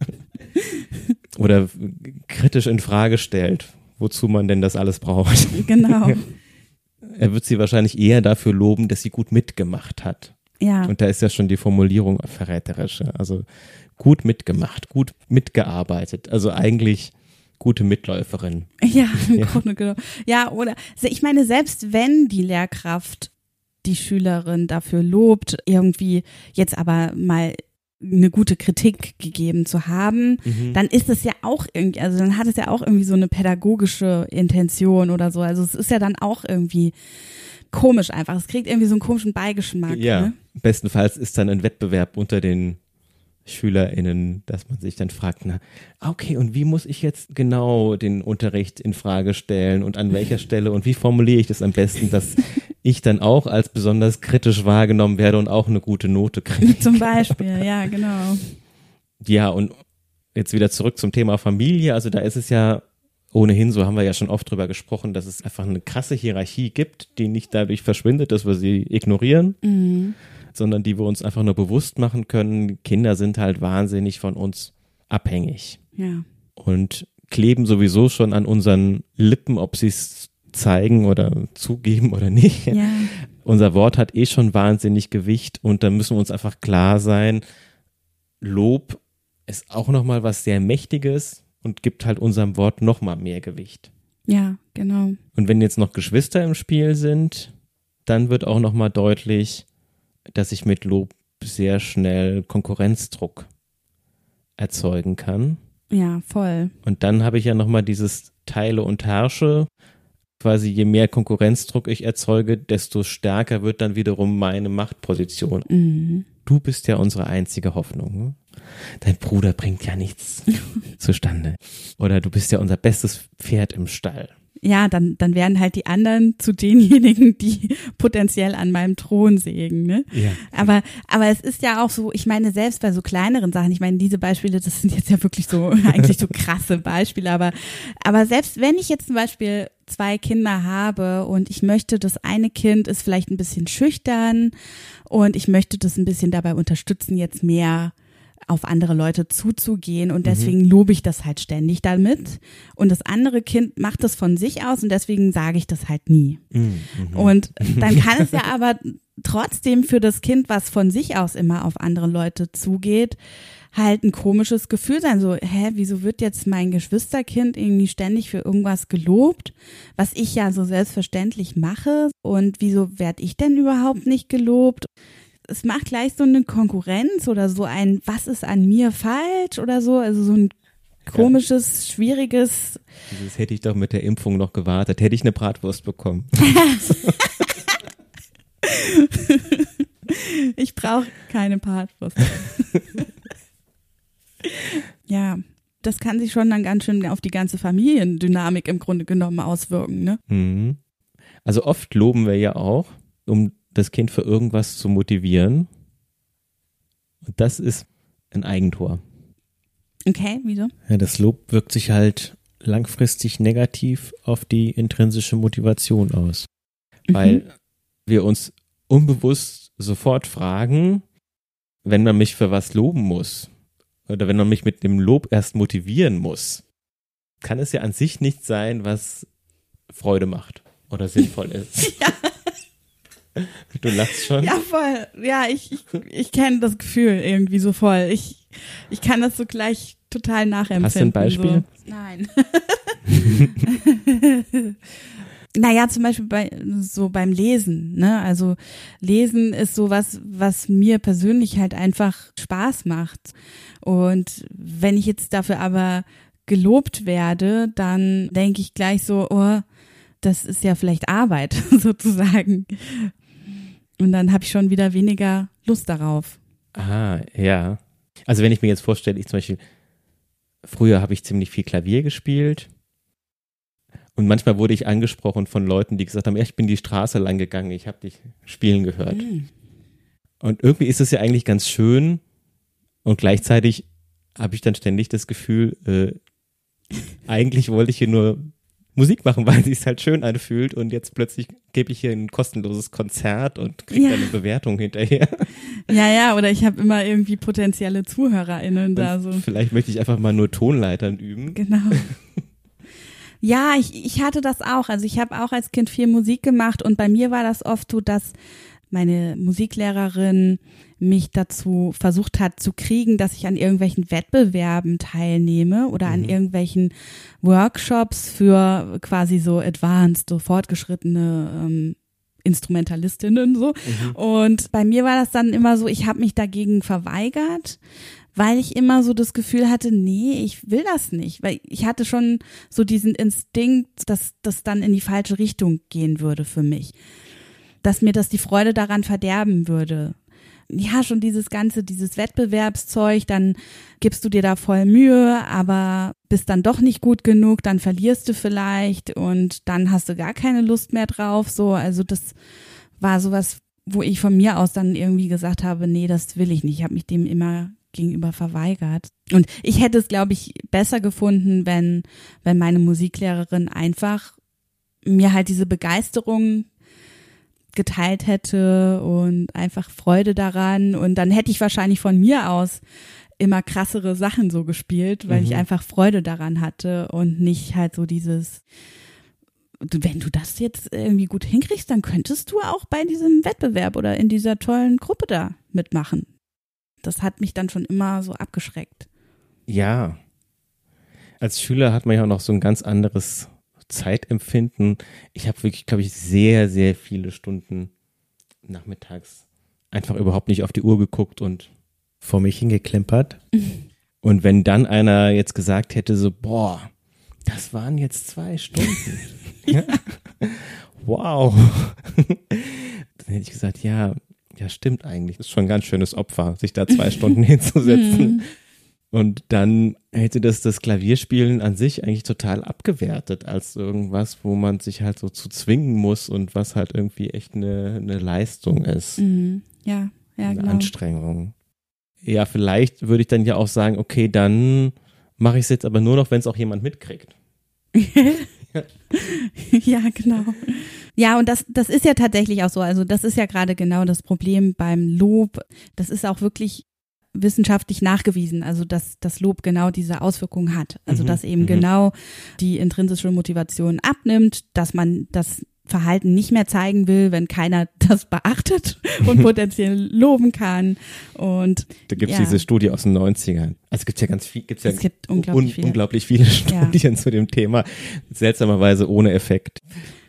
Oder kritisch in Frage stellt, wozu man denn das alles braucht. Genau. Er wird sie wahrscheinlich eher dafür loben, dass sie gut mitgemacht hat. Ja. Und da ist ja schon die Formulierung verräterisch. Also gut mitgemacht, gut mitgearbeitet. Also eigentlich gute Mitläuferin. Ja, im Grunde genommen. Ja, oder ich meine, selbst wenn die Lehrkraft die Schülerin dafür lobt, irgendwie jetzt aber mal eine gute Kritik gegeben zu haben, dann ist es ja auch irgendwie, also dann hat es ja auch irgendwie so eine pädagogische Intention oder so. Also es ist ja dann auch irgendwie komisch einfach. Es kriegt irgendwie so einen komischen Beigeschmack. Ja, ne? Bestenfalls ist dann ein Wettbewerb unter den SchülerInnen, dass man sich dann fragt, na, okay, und wie muss ich jetzt genau den Unterricht in Frage stellen und an welcher Stelle und wie formuliere ich das am besten, dass ich dann auch als besonders kritisch wahrgenommen werde und auch eine gute Note kriege. Zum Beispiel, ja, genau. Ja, und jetzt wieder zurück zum Thema Familie. Also da ist es ja ohnehin, so haben wir ja schon oft drüber gesprochen, dass es einfach eine krasse Hierarchie gibt, die nicht dadurch verschwindet, dass wir sie ignorieren, sondern die wir uns einfach nur bewusst machen können. Kinder sind halt wahnsinnig von uns abhängig. Ja. Und kleben sowieso schon an unseren Lippen, ob sie es zeigen oder zugeben oder nicht. Ja. Unser Wort hat schon wahnsinnig Gewicht und da müssen wir uns einfach klar sein, Lob ist auch nochmal was sehr Mächtiges und gibt halt unserem Wort nochmal mehr Gewicht. Ja, genau. Und wenn jetzt noch Geschwister im Spiel sind, dann wird auch nochmal deutlich, dass ich mit Lob sehr schnell Konkurrenzdruck erzeugen kann. Ja, voll. Und dann habe ich ja nochmal dieses Teile und Herrsche. Quasi je mehr Konkurrenzdruck ich erzeuge, desto stärker wird dann wiederum meine Machtposition. Du bist ja unsere einzige Hoffnung. Ne? Dein Bruder bringt ja nichts zustande. Oder du bist ja unser bestes Pferd im Stall. Ja, dann werden halt die anderen zu denjenigen, die potenziell an meinem Thron sägen, ne? Ja. Aber es ist ja auch so, ich meine, selbst bei so kleineren Sachen, ich meine, diese Beispiele, das sind jetzt ja wirklich so, eigentlich so krasse Beispiele, aber selbst wenn ich jetzt zum Beispiel 2 Kinder habe und ich möchte, das eine Kind ist vielleicht ein bisschen schüchtern und ich möchte das ein bisschen dabei unterstützen, jetzt mehr auf andere Leute zuzugehen und deswegen lobe ich das halt ständig damit und das andere Kind macht das von sich aus und deswegen sage ich das halt nie. Und dann kann es ja aber trotzdem für das Kind, was von sich aus immer auf andere Leute zugeht, halt ein komisches Gefühl sein, so, wieso wird jetzt mein Geschwisterkind irgendwie ständig für irgendwas gelobt, was ich ja so selbstverständlich mache und wieso werde ich denn überhaupt nicht gelobt? Es macht gleich so eine Konkurrenz oder so ein, was ist an mir falsch oder so, also so ein komisches, schwieriges. Das hätte ich doch mit der Impfung noch gewartet, hätte ich eine Bratwurst bekommen. Ich brauche keine Bratwurst. Ja, das kann sich schon dann ganz schön auf die ganze Familiendynamik im Grunde genommen auswirken, ne? Also oft loben wir ja auch, um das Kind für irgendwas zu motivieren. Und das ist ein Eigentor. Okay, wieso? Ja, das Lob wirkt sich halt langfristig negativ auf die intrinsische Motivation aus. Weil wir uns unbewusst sofort fragen, wenn man mich für was loben muss oder wenn man mich mit dem Lob erst motivieren muss, kann es ja an sich nicht sein, was Freude macht oder sinnvoll ist. Ja. Du lachst schon? Ja, voll. Ja, ich kenne das Gefühl irgendwie so voll. Ich kann das so gleich total nachempfinden. Hast du ein Beispiel? So. Nein. Naja, zum Beispiel beim Lesen, ne? Also Lesen ist sowas, was mir persönlich halt einfach Spaß macht. Und wenn ich jetzt dafür aber gelobt werde, dann denke ich gleich so, oh, das ist ja vielleicht Arbeit sozusagen. Und dann habe ich schon wieder weniger Lust darauf. Ah, ja. Also wenn ich mir jetzt vorstelle, früher habe ich ziemlich viel Klavier gespielt und manchmal wurde ich angesprochen von Leuten, die gesagt haben, ja, ich bin die Straße lang gegangen, ich habe dich spielen gehört. Und irgendwie ist es ja eigentlich ganz schön und gleichzeitig habe ich dann ständig das Gefühl, eigentlich wollte ich hier nur Musik machen, weil sie es halt schön anfühlt und jetzt plötzlich gebe ich hier ein kostenloses Konzert und kriege eine Bewertung hinterher. Ja, oder ich habe immer irgendwie potenzielle ZuhörerInnen da so. Vielleicht möchte ich einfach mal nur Tonleitern üben. Genau. Ja, ich hatte das auch. Also ich habe auch als Kind viel Musik gemacht und bei mir war das oft so, dass meine Musiklehrerin mich dazu versucht hat zu kriegen, dass ich an irgendwelchen Wettbewerben teilnehme oder an irgendwelchen Workshops für quasi so advanced, so fortgeschrittene Instrumentalistinnen so. Und bei mir war das dann immer so, ich habe mich dagegen verweigert, weil ich immer so das Gefühl hatte, nee, ich will das nicht, weil ich hatte schon so diesen Instinkt, dass das dann in die falsche Richtung gehen würde für mich, dass mir das die Freude daran verderben würde. Ja, schon dieses Wettbewerbszeug, dann gibst du dir da voll Mühe, aber bist dann doch nicht gut genug, dann verlierst du vielleicht und dann hast du gar keine Lust mehr drauf, so, also das war sowas, wo ich von mir aus dann irgendwie gesagt habe, nee, das will ich nicht, ich habe mich dem immer gegenüber verweigert. Und ich hätte es, glaube ich, besser gefunden, wenn meine Musiklehrerin einfach mir halt diese Begeisterung geteilt hätte und einfach Freude daran und dann hätte ich wahrscheinlich von mir aus immer krassere Sachen so gespielt, weil ich einfach Freude daran hatte und nicht halt so dieses, wenn du das jetzt irgendwie gut hinkriegst, dann könntest du auch bei diesem Wettbewerb oder in dieser tollen Gruppe da mitmachen. Das hat mich dann schon immer so abgeschreckt. Ja, als Schüler hat man ja auch noch so ein ganz anderes Zeitempfinden. Ich habe wirklich, glaube ich, sehr, sehr viele Stunden nachmittags einfach überhaupt nicht auf die Uhr geguckt und vor mich hingeklempert. Und wenn dann einer jetzt gesagt hätte, so, boah, das waren jetzt 2 Stunden. Ja? Wow. Dann hätte ich gesagt, ja, stimmt eigentlich. Das ist schon ein ganz schönes Opfer, sich da 2 Stunden hinzusetzen. Und dann hätte das Klavierspielen an sich eigentlich total abgewertet als irgendwas, wo man sich halt so zu zwingen muss und was halt irgendwie echt eine Leistung ist. Ja, eine genau. Anstrengung. Ja, vielleicht würde ich dann ja auch sagen, okay, dann mache ich es jetzt aber nur noch, wenn es auch jemand mitkriegt. Ja, genau. Ja, und das ist ja tatsächlich auch so. Also das ist ja gerade genau das Problem beim Lob. Das ist auch wirklich wissenschaftlich nachgewiesen, also dass das Lob genau diese Auswirkungen hat. Also dass eben genau die intrinsische Motivation abnimmt, dass man das Verhalten nicht mehr zeigen will, wenn keiner das beachtet und potenziell loben kann. Und da gibt es diese Studie aus den 90ern. Also es gibt ja es gibt unglaublich viele Studien zu dem Thema, seltsamerweise ohne Effekt.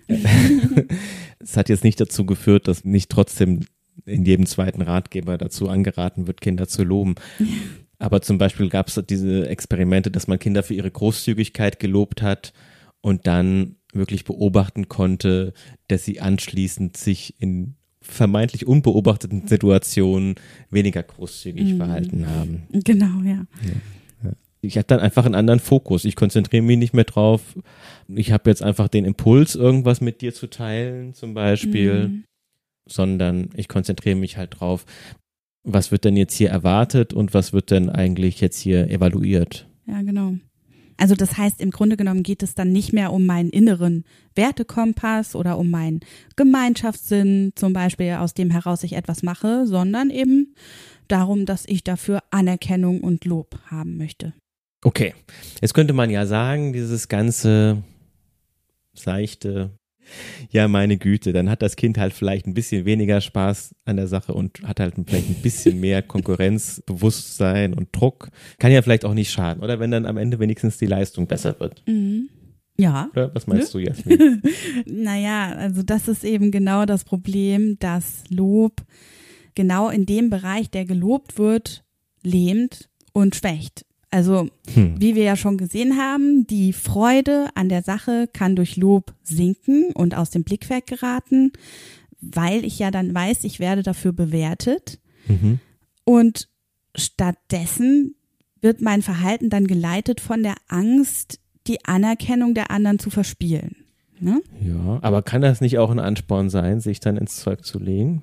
Es hat jetzt nicht dazu geführt, dass nicht trotzdem in jedem zweiten Ratgeber dazu angeraten wird, Kinder zu loben. Aber zum Beispiel gab es diese Experimente, dass man Kinder für ihre Großzügigkeit gelobt hat und dann wirklich beobachten konnte, dass sie anschließend sich in vermeintlich unbeobachteten Situationen weniger großzügig verhalten haben. Genau, ja. Ich habe dann einfach einen anderen Fokus. Ich konzentriere mich nicht mehr drauf. Ich habe jetzt einfach den Impuls, irgendwas mit dir zu teilen, zum Beispiel, sondern ich konzentriere mich halt drauf, was wird denn jetzt hier erwartet und was wird denn eigentlich jetzt hier evaluiert. Ja, genau. Also das heißt, im Grunde genommen geht es dann nicht mehr um meinen inneren Wertekompass oder um meinen Gemeinschaftssinn, zum Beispiel, aus dem heraus ich etwas mache, sondern eben darum, dass ich dafür Anerkennung und Lob haben möchte. Okay, jetzt könnte man ja sagen, dieses ganze seichte Ja, meine Güte, dann hat das Kind halt vielleicht ein bisschen weniger Spaß an der Sache und hat halt vielleicht ein bisschen mehr Konkurrenzbewusstsein und Druck. Kann ja vielleicht auch nicht schaden, oder? Wenn dann am Ende wenigstens die Leistung besser wird. Mhm. Ja. Oder was meinst du, Jasmin? Naja, also das ist eben genau das Problem, dass Lob genau in dem Bereich, der gelobt wird, lähmt und schwächt. Also, wie wir ja schon gesehen haben, die Freude an der Sache kann durch Lob sinken und aus dem Blickfeld geraten, weil ich ja dann weiß, ich werde dafür bewertet. Mhm. Und stattdessen wird mein Verhalten dann geleitet von der Angst, die Anerkennung der anderen zu verspielen. Ne? Ja, aber kann das nicht auch ein Ansporn sein, sich dann ins Zeug zu legen?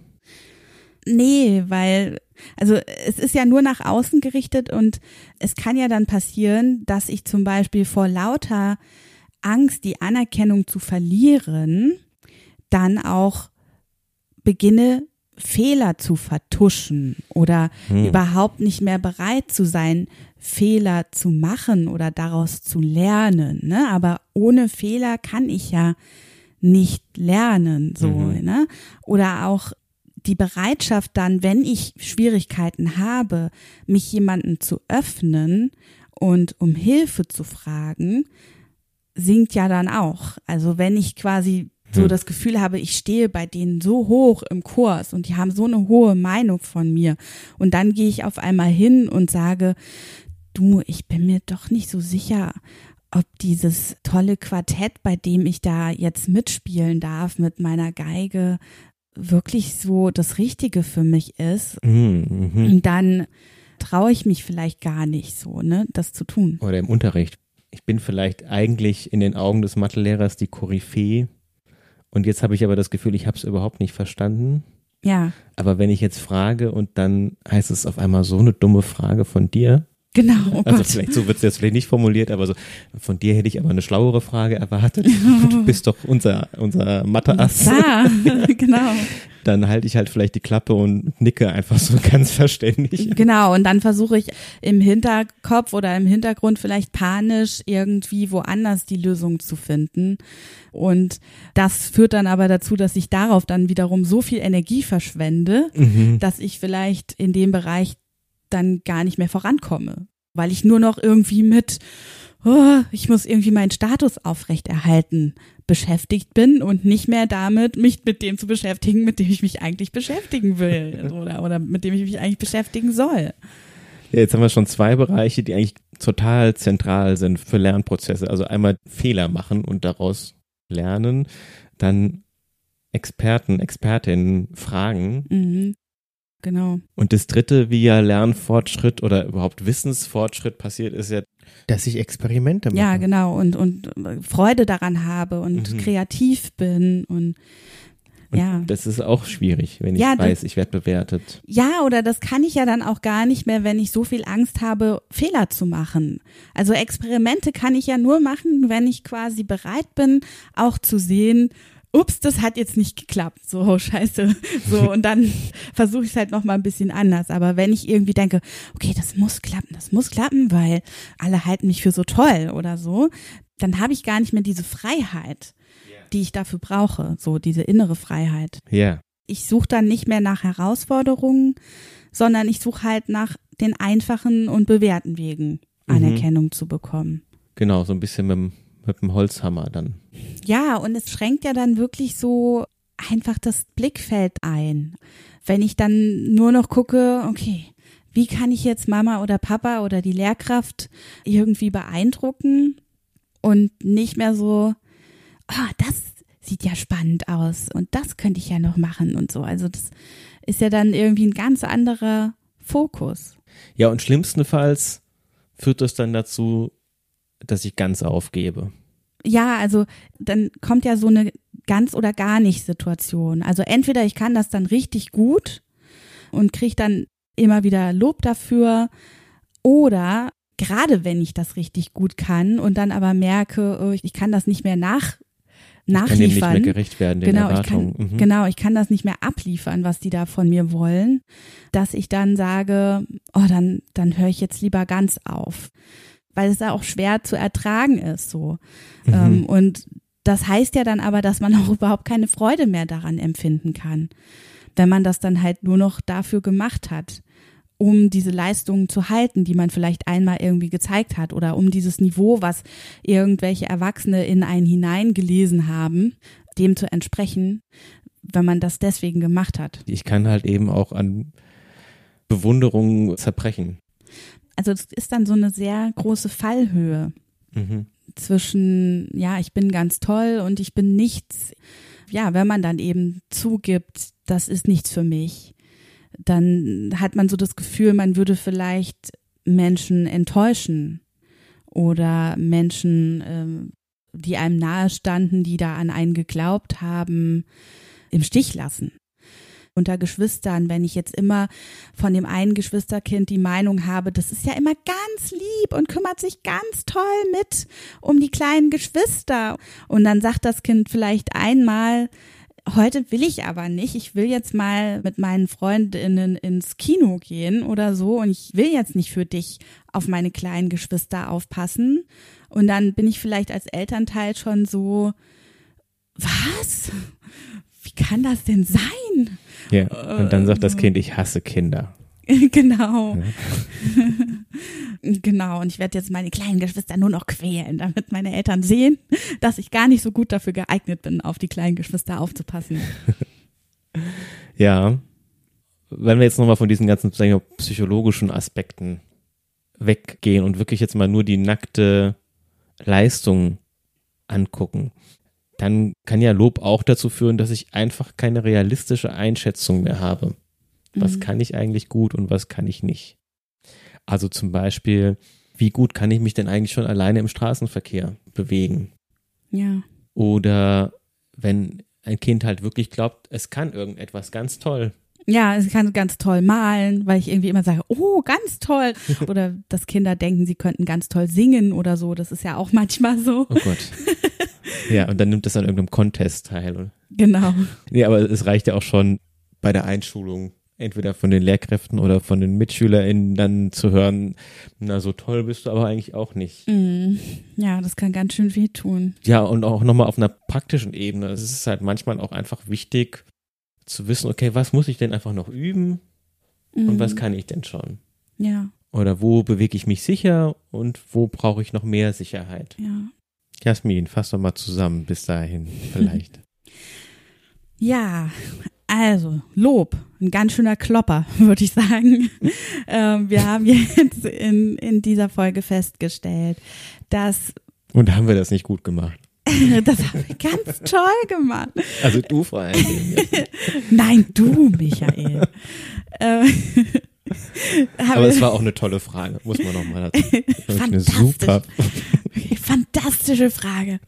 Nee, weil, also es ist ja nur nach außen gerichtet und es kann ja dann passieren, dass ich zum Beispiel vor lauter Angst, die Anerkennung zu verlieren, dann auch beginne, Fehler zu vertuschen oder überhaupt nicht mehr bereit zu sein, Fehler zu machen oder daraus zu lernen. Ne? Aber ohne Fehler kann ich ja nicht lernen. So, ne? Oder auch die Bereitschaft dann, wenn ich Schwierigkeiten habe, mich jemandem zu öffnen und um Hilfe zu fragen, sinkt ja dann auch. Also wenn ich quasi so das Gefühl habe, ich stehe bei denen so hoch im Kurs und die haben so eine hohe Meinung von mir und dann gehe ich auf einmal hin und sage, du, ich bin mir doch nicht so sicher, ob dieses tolle Quartett, bei dem ich da jetzt mitspielen darf mit meiner Geige, wirklich so das Richtige für mich ist. Und dann traue ich mich vielleicht gar nicht so, ne, das zu tun. Oder im Unterricht. Ich bin vielleicht eigentlich in den Augen des Mathelehrers die Koryphäe und jetzt habe ich aber das Gefühl, ich habe es überhaupt nicht verstanden. Ja. Aber wenn ich jetzt frage und dann heißt es auf einmal so eine dumme Frage von dir. Genau, oh also Gott. vielleicht so wird es jetzt vielleicht nicht formuliert, aber so von dir hätte ich aber eine schlauere Frage erwartet. Du bist doch unser Mathe-Ass. Ja, genau. Dann halte ich halt vielleicht die Klappe und nicke einfach so ganz verständlich. Genau, und dann versuche ich im Hinterkopf oder im Hintergrund vielleicht panisch irgendwie woanders die Lösung zu finden. Und das führt dann aber dazu, dass ich darauf dann wiederum so viel Energie verschwende, dass ich vielleicht in dem Bereich dann gar nicht mehr vorankomme, weil ich nur noch irgendwie mit, ich muss irgendwie meinen Status aufrechterhalten, beschäftigt bin und nicht mehr damit, mich mit dem zu beschäftigen, mit dem ich mich eigentlich beschäftigen will oder mit dem ich mich eigentlich beschäftigen soll. Ja, jetzt haben wir schon zwei Bereiche, die eigentlich total zentral sind für Lernprozesse. Also einmal Fehler machen und daraus lernen, dann Experten, Expertinnen fragen. Genau. Und das dritte, wie ja Lernfortschritt oder überhaupt Wissensfortschritt passiert, ist ja, dass ich Experimente mache. Ja, genau. Und Freude daran habe und kreativ bin und ja. Das ist auch schwierig, wenn ich weiß, ich werde bewertet. Ja, oder das kann ich ja dann auch gar nicht mehr, wenn ich so viel Angst habe, Fehler zu machen. Also Experimente kann ich ja nur machen, wenn ich quasi bereit bin, auch zu sehen, ups, das hat jetzt nicht geklappt, so scheiße, so und dann versuche ich es halt nochmal ein bisschen anders, aber wenn ich irgendwie denke, okay, das muss klappen, weil alle halten mich für so toll oder so, dann habe ich gar nicht mehr diese Freiheit, die ich dafür brauche, so diese innere Freiheit. Ja. Ich suche dann nicht mehr nach Herausforderungen, sondern ich suche halt nach den einfachen und bewährten Wegen, Anerkennung zu bekommen. Genau, so ein bisschen mit dem Holzhammer dann. Ja, und es schränkt ja dann wirklich so einfach das Blickfeld ein. Wenn ich dann nur noch gucke, okay, wie kann ich jetzt Mama oder Papa oder die Lehrkraft irgendwie beeindrucken und nicht mehr so, das sieht ja spannend aus und das könnte ich ja noch machen und so. Also das ist ja dann irgendwie ein ganz anderer Fokus. Ja, und schlimmstenfalls führt das dann dazu, dass ich ganz aufgebe. Ja, also dann kommt ja so eine ganz oder gar nicht Situation. Also entweder ich kann das dann richtig gut und kriege dann immer wieder Lob dafür oder gerade wenn ich das richtig gut kann und dann aber merke, ich kann das nicht mehr nachliefern. Ich kann dem nicht mehr gerecht werden, den Erwartungen. Ich kann das nicht mehr abliefern, was die da von mir wollen, dass ich dann sage, dann höre ich jetzt lieber ganz auf. Weil es ja auch schwer zu ertragen ist so. Und Das heißt ja dann aber, dass man auch überhaupt keine Freude mehr daran empfinden kann, wenn man das dann halt nur noch dafür gemacht hat, um diese Leistungen zu halten, die man vielleicht einmal irgendwie gezeigt hat oder um dieses Niveau, was irgendwelche Erwachsene in einen hineingelesen haben, dem zu entsprechen, wenn man das deswegen gemacht hat. Ich kann halt eben auch an Bewunderung zerbrechen. Also es ist dann so eine sehr große Fallhöhe zwischen, ja, ich bin ganz toll und ich bin nichts. Ja, wenn man dann eben zugibt, das ist nichts für mich, dann hat man so das Gefühl, man würde vielleicht Menschen enttäuschen oder Menschen, die einem nahestanden, die da an einen geglaubt haben, im Stich lassen. Unter Geschwistern, wenn ich jetzt immer von dem einen Geschwisterkind die Meinung habe, das ist ja immer ganz lieb und kümmert sich ganz toll mit um die kleinen Geschwister. Und dann sagt das Kind vielleicht einmal, heute will ich aber nicht, ich will jetzt mal mit meinen Freundinnen ins Kino gehen oder so und ich will jetzt nicht für dich auf meine kleinen Geschwister aufpassen. Und dann bin ich vielleicht als Elternteil schon so, was? Wie kann das denn sein? Ja, und dann sagt das Kind, ich hasse Kinder. Genau. Ja. Genau, und ich werde jetzt meine kleinen Geschwister nur noch quälen, damit meine Eltern sehen, dass ich gar nicht so gut dafür geeignet bin, auf die kleinen Geschwister aufzupassen. Ja, wenn wir jetzt nochmal von diesen ganzen psychologischen Aspekten weggehen und wirklich jetzt mal nur die nackte Leistung angucken, dann kann ja Lob auch dazu führen, dass ich einfach keine realistische Einschätzung mehr habe. Was kann ich eigentlich gut und was kann ich nicht? Also zum Beispiel, wie gut kann ich mich denn eigentlich schon alleine im Straßenverkehr bewegen? Ja. Oder wenn ein Kind halt wirklich glaubt, es kann irgendetwas ganz toll. Ja, es kann ganz toll malen, weil ich irgendwie immer sage, oh, ganz toll. Oder dass Kinder denken, sie könnten ganz toll singen oder so. Das ist ja auch manchmal so. Oh Gott. Ja, und dann nimmt das an irgendeinem Contest teil. Genau. Nee, aber es reicht ja auch schon bei der Einschulung, entweder von den Lehrkräften oder von den MitschülerInnen dann zu hören, na, so toll bist du aber eigentlich auch nicht. Ja, das kann ganz schön wehtun. Ja, und auch nochmal auf einer praktischen Ebene. Es ist halt manchmal auch einfach wichtig zu wissen, okay, was muss ich denn einfach noch üben und was kann ich denn schon? Ja. Oder wo bewege ich mich sicher und wo brauche ich noch mehr Sicherheit? Ja. Jasmin, fass doch mal zusammen bis dahin vielleicht. Ja, also Lob, ein ganz schöner Klopper, würde ich sagen. Wir haben jetzt in dieser Folge festgestellt, dass Und haben wir das nicht gut gemacht? das haben wir ganz toll gemacht. Also du vor allem. Nein, du, Michael. Aber es war auch eine tolle Frage, muss man nochmal dazu. Eine super. Fantastische Frage.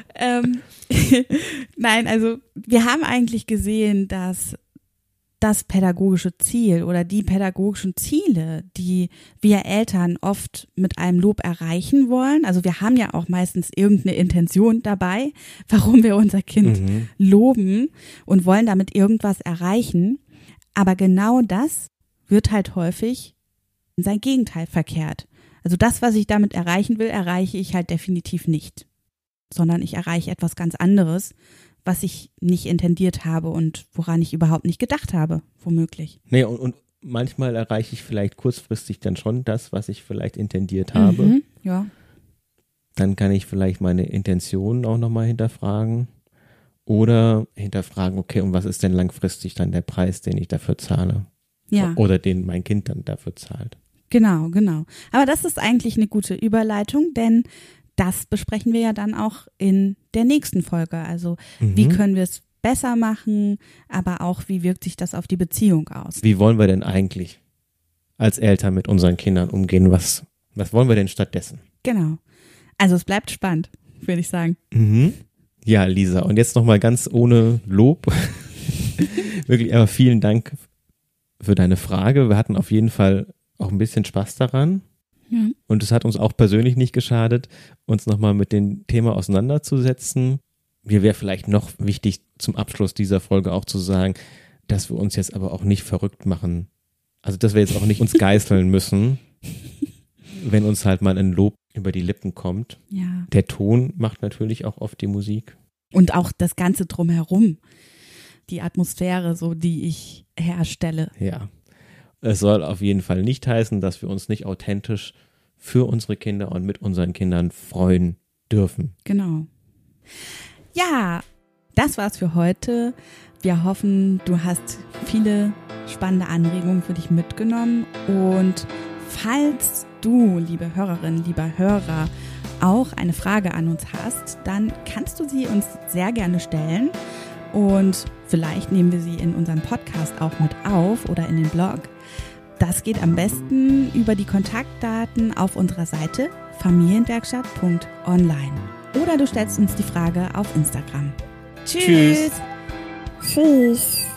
Nein, also wir haben eigentlich gesehen, dass das pädagogische Ziel oder die pädagogischen Ziele, die wir Eltern oft mit einem Lob erreichen wollen, also wir haben ja auch meistens irgendeine Intention dabei, warum wir unser Kind loben und wollen damit irgendwas erreichen, aber genau das wird halt häufig in sein Gegenteil verkehrt. Also das, was ich damit erreichen will, erreiche ich halt definitiv nicht, sondern ich erreiche etwas ganz anderes, was ich nicht intendiert habe und woran ich überhaupt nicht gedacht habe, womöglich. Nee, und manchmal erreiche ich vielleicht kurzfristig dann schon das, was ich vielleicht intendiert habe. Ja. Dann kann ich vielleicht meine Intentionen auch nochmal hinterfragen oder hinterfragen, okay, und was ist denn langfristig dann der Preis, den ich dafür zahle? Ja. Oder den mein Kind dann dafür zahlt. Genau. Aber das ist eigentlich eine gute Überleitung, denn das besprechen wir ja dann auch in der nächsten Folge. Also wie können wir es besser machen, aber auch wie wirkt sich das auf die Beziehung aus? Wie wollen wir denn eigentlich als Eltern mit unseren Kindern umgehen? Was wollen wir denn stattdessen? Genau. Also es bleibt spannend, würde ich sagen. Ja, Lisa, und jetzt nochmal ganz ohne Lob. Wirklich aber vielen Dank für deine Frage. Wir hatten auf jeden Fall auch ein bisschen Spaß daran. Ja. Und es hat uns auch persönlich nicht geschadet, uns nochmal mit dem Thema auseinanderzusetzen. Mir wäre vielleicht noch wichtig, zum Abschluss dieser Folge auch zu sagen, dass wir uns jetzt aber auch nicht verrückt machen. Also, dass wir jetzt auch nicht uns geißeln müssen, wenn uns halt mal ein Lob über die Lippen kommt. Ja. Der Ton macht natürlich auch oft die Musik. Und auch das Ganze drumherum, die Atmosphäre, so die ich herstelle. Ja, es soll auf jeden Fall nicht heißen, dass wir uns nicht authentisch für unsere Kinder und mit unseren Kindern freuen dürfen. Genau. Ja, das war's für heute. Wir hoffen, du hast viele spannende Anregungen für dich mitgenommen. Und falls du, liebe Hörerin, lieber Hörer, auch eine Frage an uns hast, dann kannst du sie uns sehr gerne stellen. Und vielleicht nehmen wir sie in unserem Podcast auch mit auf oder in den Blog. Das geht am besten über die Kontaktdaten auf unserer Seite familienwerkstatt.online. Oder du stellst uns die Frage auf Instagram. Tschüss! Tschüss.